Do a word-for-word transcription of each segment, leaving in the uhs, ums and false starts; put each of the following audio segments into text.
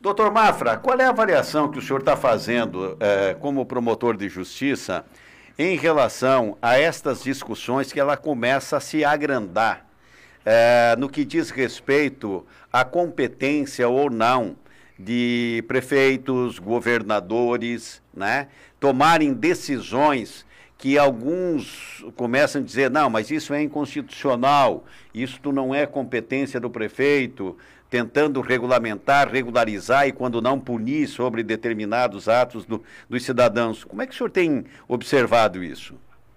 Doutor Mafra, qual é a avaliação que o senhor está fazendo eh, como promotor de justiça em relação a estas discussões que ela começa a se agrandar eh, no que diz respeito à competência ou não de prefeitos, governadores, né, tomarem decisões que alguns começam a dizer, não, mas isso é inconstitucional, isso não é competência do prefeito, tentando regulamentar, regularizar e, quando não, punir sobre determinados atos do, dos cidadãos. Como é que o senhor tem observado isso?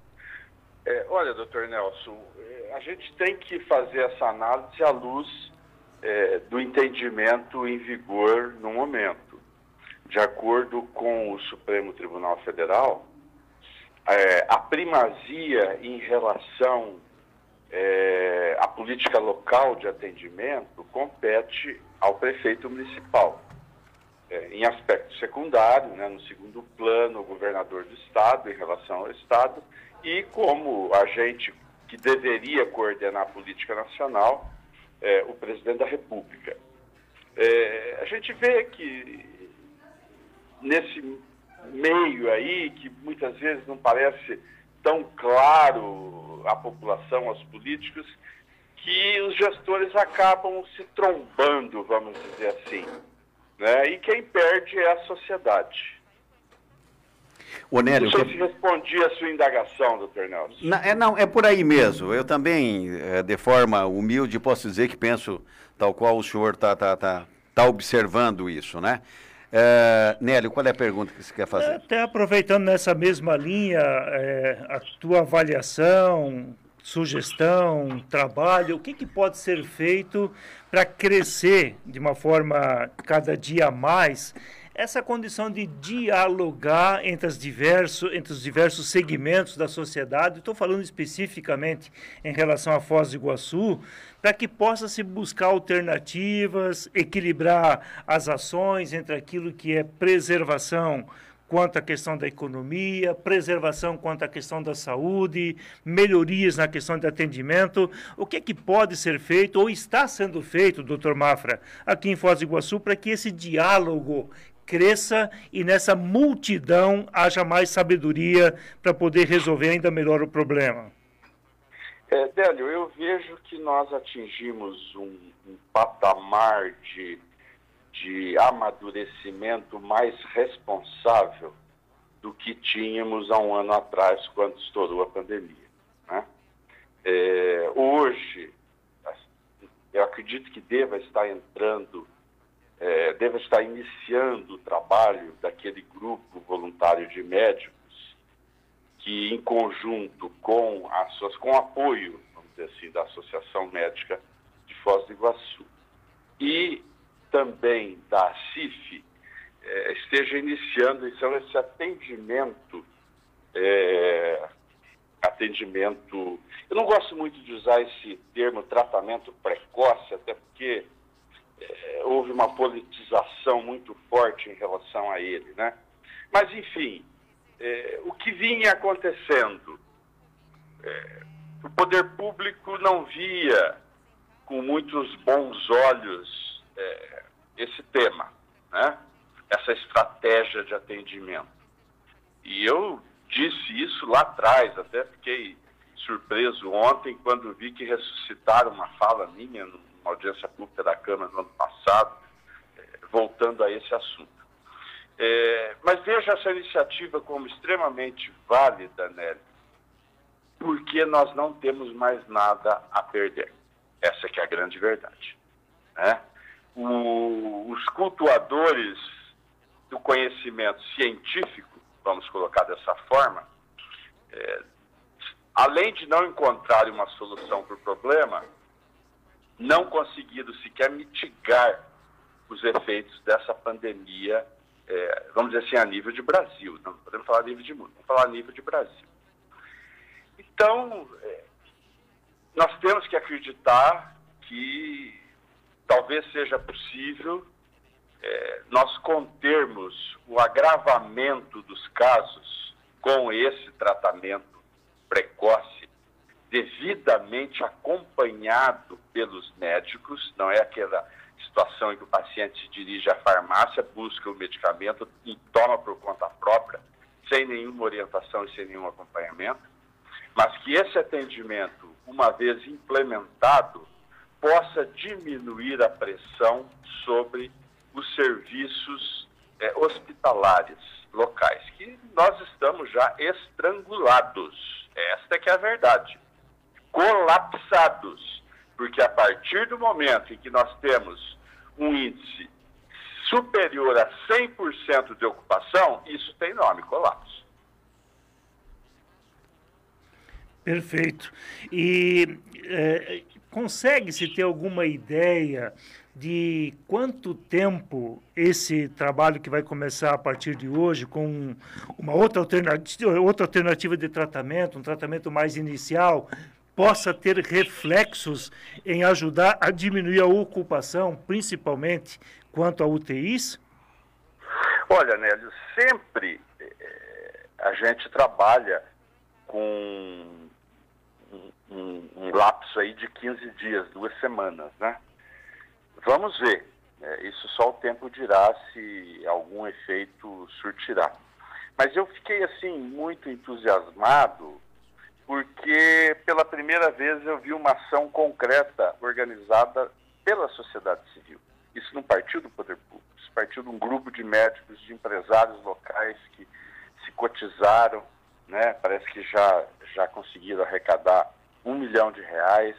É, olha, doutor Nelson, a gente tem que fazer essa análise à luz é, do entendimento em vigor no momento. De acordo com o Supremo Tribunal Federal, é, a primazia em relação É, a política local de atendimento compete ao prefeito municipal. É, em aspecto secundário, né, no segundo plano, o governador do estado em relação ao estado e como agente que deveria coordenar a política nacional, é, o presidente da República. É, a gente vê que nesse meio aí, que muitas vezes não parece tão claro à população, aos políticos, que os gestores acabam se trombando, vamos dizer assim, né? E quem perde é a sociedade. Ô, Nélio, não sei que... se respondi a sua indagação, doutor Nelson. Não, é, não, é por aí mesmo. Eu também, é, de forma humilde, posso dizer que penso tal qual o senhor está tá, tá, tá observando isso, né? É, Nélio, qual é a pergunta que você quer fazer? Até aproveitando nessa mesma linha, é, a tua avaliação, sugestão, trabalho, o que, que pode ser feito para crescer de uma forma cada dia mais essa condição de dialogar entre, as diversos, entre os diversos segmentos da sociedade? Estou falando especificamente em relação à Foz do Iguaçu, para que possa se buscar alternativas, equilibrar as ações entre aquilo que é preservação quanto à questão da economia, preservação quanto à questão da saúde, melhorias na questão de atendimento. O que é que pode ser feito ou está sendo feito, doutor Mafra, aqui em Foz do Iguaçu, para que esse diálogo cresça e nessa multidão haja mais sabedoria para poder resolver ainda melhor o problema? É, Délio, eu vejo que nós atingimos um, um patamar de, de amadurecimento mais responsável do que tínhamos há um ano atrás, quando estourou a pandemia, né? É, hoje, eu acredito que deva estar entrando, é, deva estar iniciando o trabalho daquele grupo voluntário de médicos que, em conjunto com as suas, com apoio, vamos dizer assim, da Associação Médica de Foz do Iguaçu e também da C I F, é, esteja iniciando então, esse atendimento, é, atendimento, eu não gosto muito de usar esse termo tratamento precoce, até porque é, houve uma politização muito forte em relação a ele, né? Mas, enfim, É, o que vinha acontecendo, é, o poder público não via com muitos bons olhos é, esse tema, né? Essa estratégia de atendimento. E eu disse isso lá atrás, até fiquei surpreso ontem quando vi que ressuscitaram uma fala minha numa audiência pública da Câmara no ano passado, é, voltando a esse assunto. É, mas vejo essa iniciativa como extremamente válida, Nélio, porque nós não temos mais nada a perder. Essa que é a grande verdade, né? O, os cultuadores do conhecimento científico, vamos colocar dessa forma, é, além de não encontrarem uma solução para o problema, não conseguiram sequer mitigar os efeitos dessa pandemia. É, vamos dizer assim, a nível de Brasil, não podemos falar a nível de mundo, vamos falar a nível de Brasil. Então, é, nós temos que acreditar que talvez seja possível é, nós contermos o agravamento dos casos com esse tratamento precoce, devidamente acompanhado pelos médicos, não é aquela situação em que o paciente se dirige à farmácia, busca o medicamento e toma por conta própria, sem nenhuma orientação e sem nenhum acompanhamento, mas que esse atendimento, uma vez implementado, possa diminuir a pressão sobre os serviços eh, hospitalares locais, que nós estamos já estrangulados. Esta é que é a verdade. Colapsados. Porque a partir do momento em que nós temos um índice superior a cem por cento de ocupação, isso tem nome, colapso. Perfeito. E é, consegue-se ter alguma ideia de quanto tempo esse trabalho que vai começar a partir de hoje, com uma outra alternativa, outra alternativa de tratamento, um tratamento mais inicial, possa ter reflexos em ajudar a diminuir a ocupação, principalmente quanto a U T Is? Olha, Nélio, sempre eh, a gente trabalha com um, um, um lapso aí de quinze dias, duas semanas, né? Vamos ver. É, isso só o tempo dirá se algum efeito surtirá. Mas eu fiquei, assim, muito entusiasmado porque pela primeira vez eu vi uma ação concreta organizada pela sociedade civil. Isso não partiu do poder público, isso partiu de um grupo de médicos, de empresários locais que se cotizaram, né? Parece que já, já conseguiram arrecadar um milhão de reais.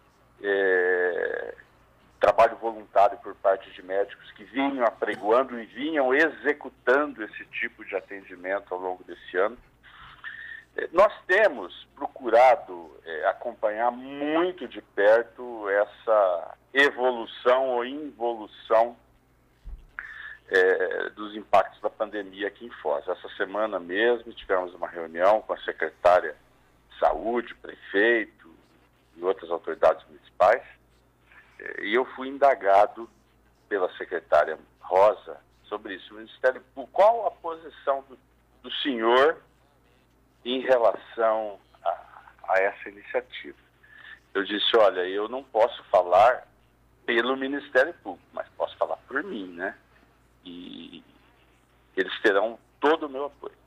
É, trabalho voluntário por parte de médicos que vinham apregoando e vinham executando esse tipo de atendimento ao longo desse ano. Nós temos procurado é, acompanhar muito de perto essa evolução ou involução é, dos impactos da pandemia aqui em Foz. Essa semana mesmo tivemos uma reunião com a secretária de Saúde, prefeito e outras autoridades municipais, é, e eu fui indagado pela secretária Rosa sobre isso. O Ministério Público, qual a posição do, do senhor em relação a, a essa iniciativa? Eu disse, olha, eu não posso falar pelo Ministério Público, mas posso falar por mim, né? E eles terão todo o meu apoio.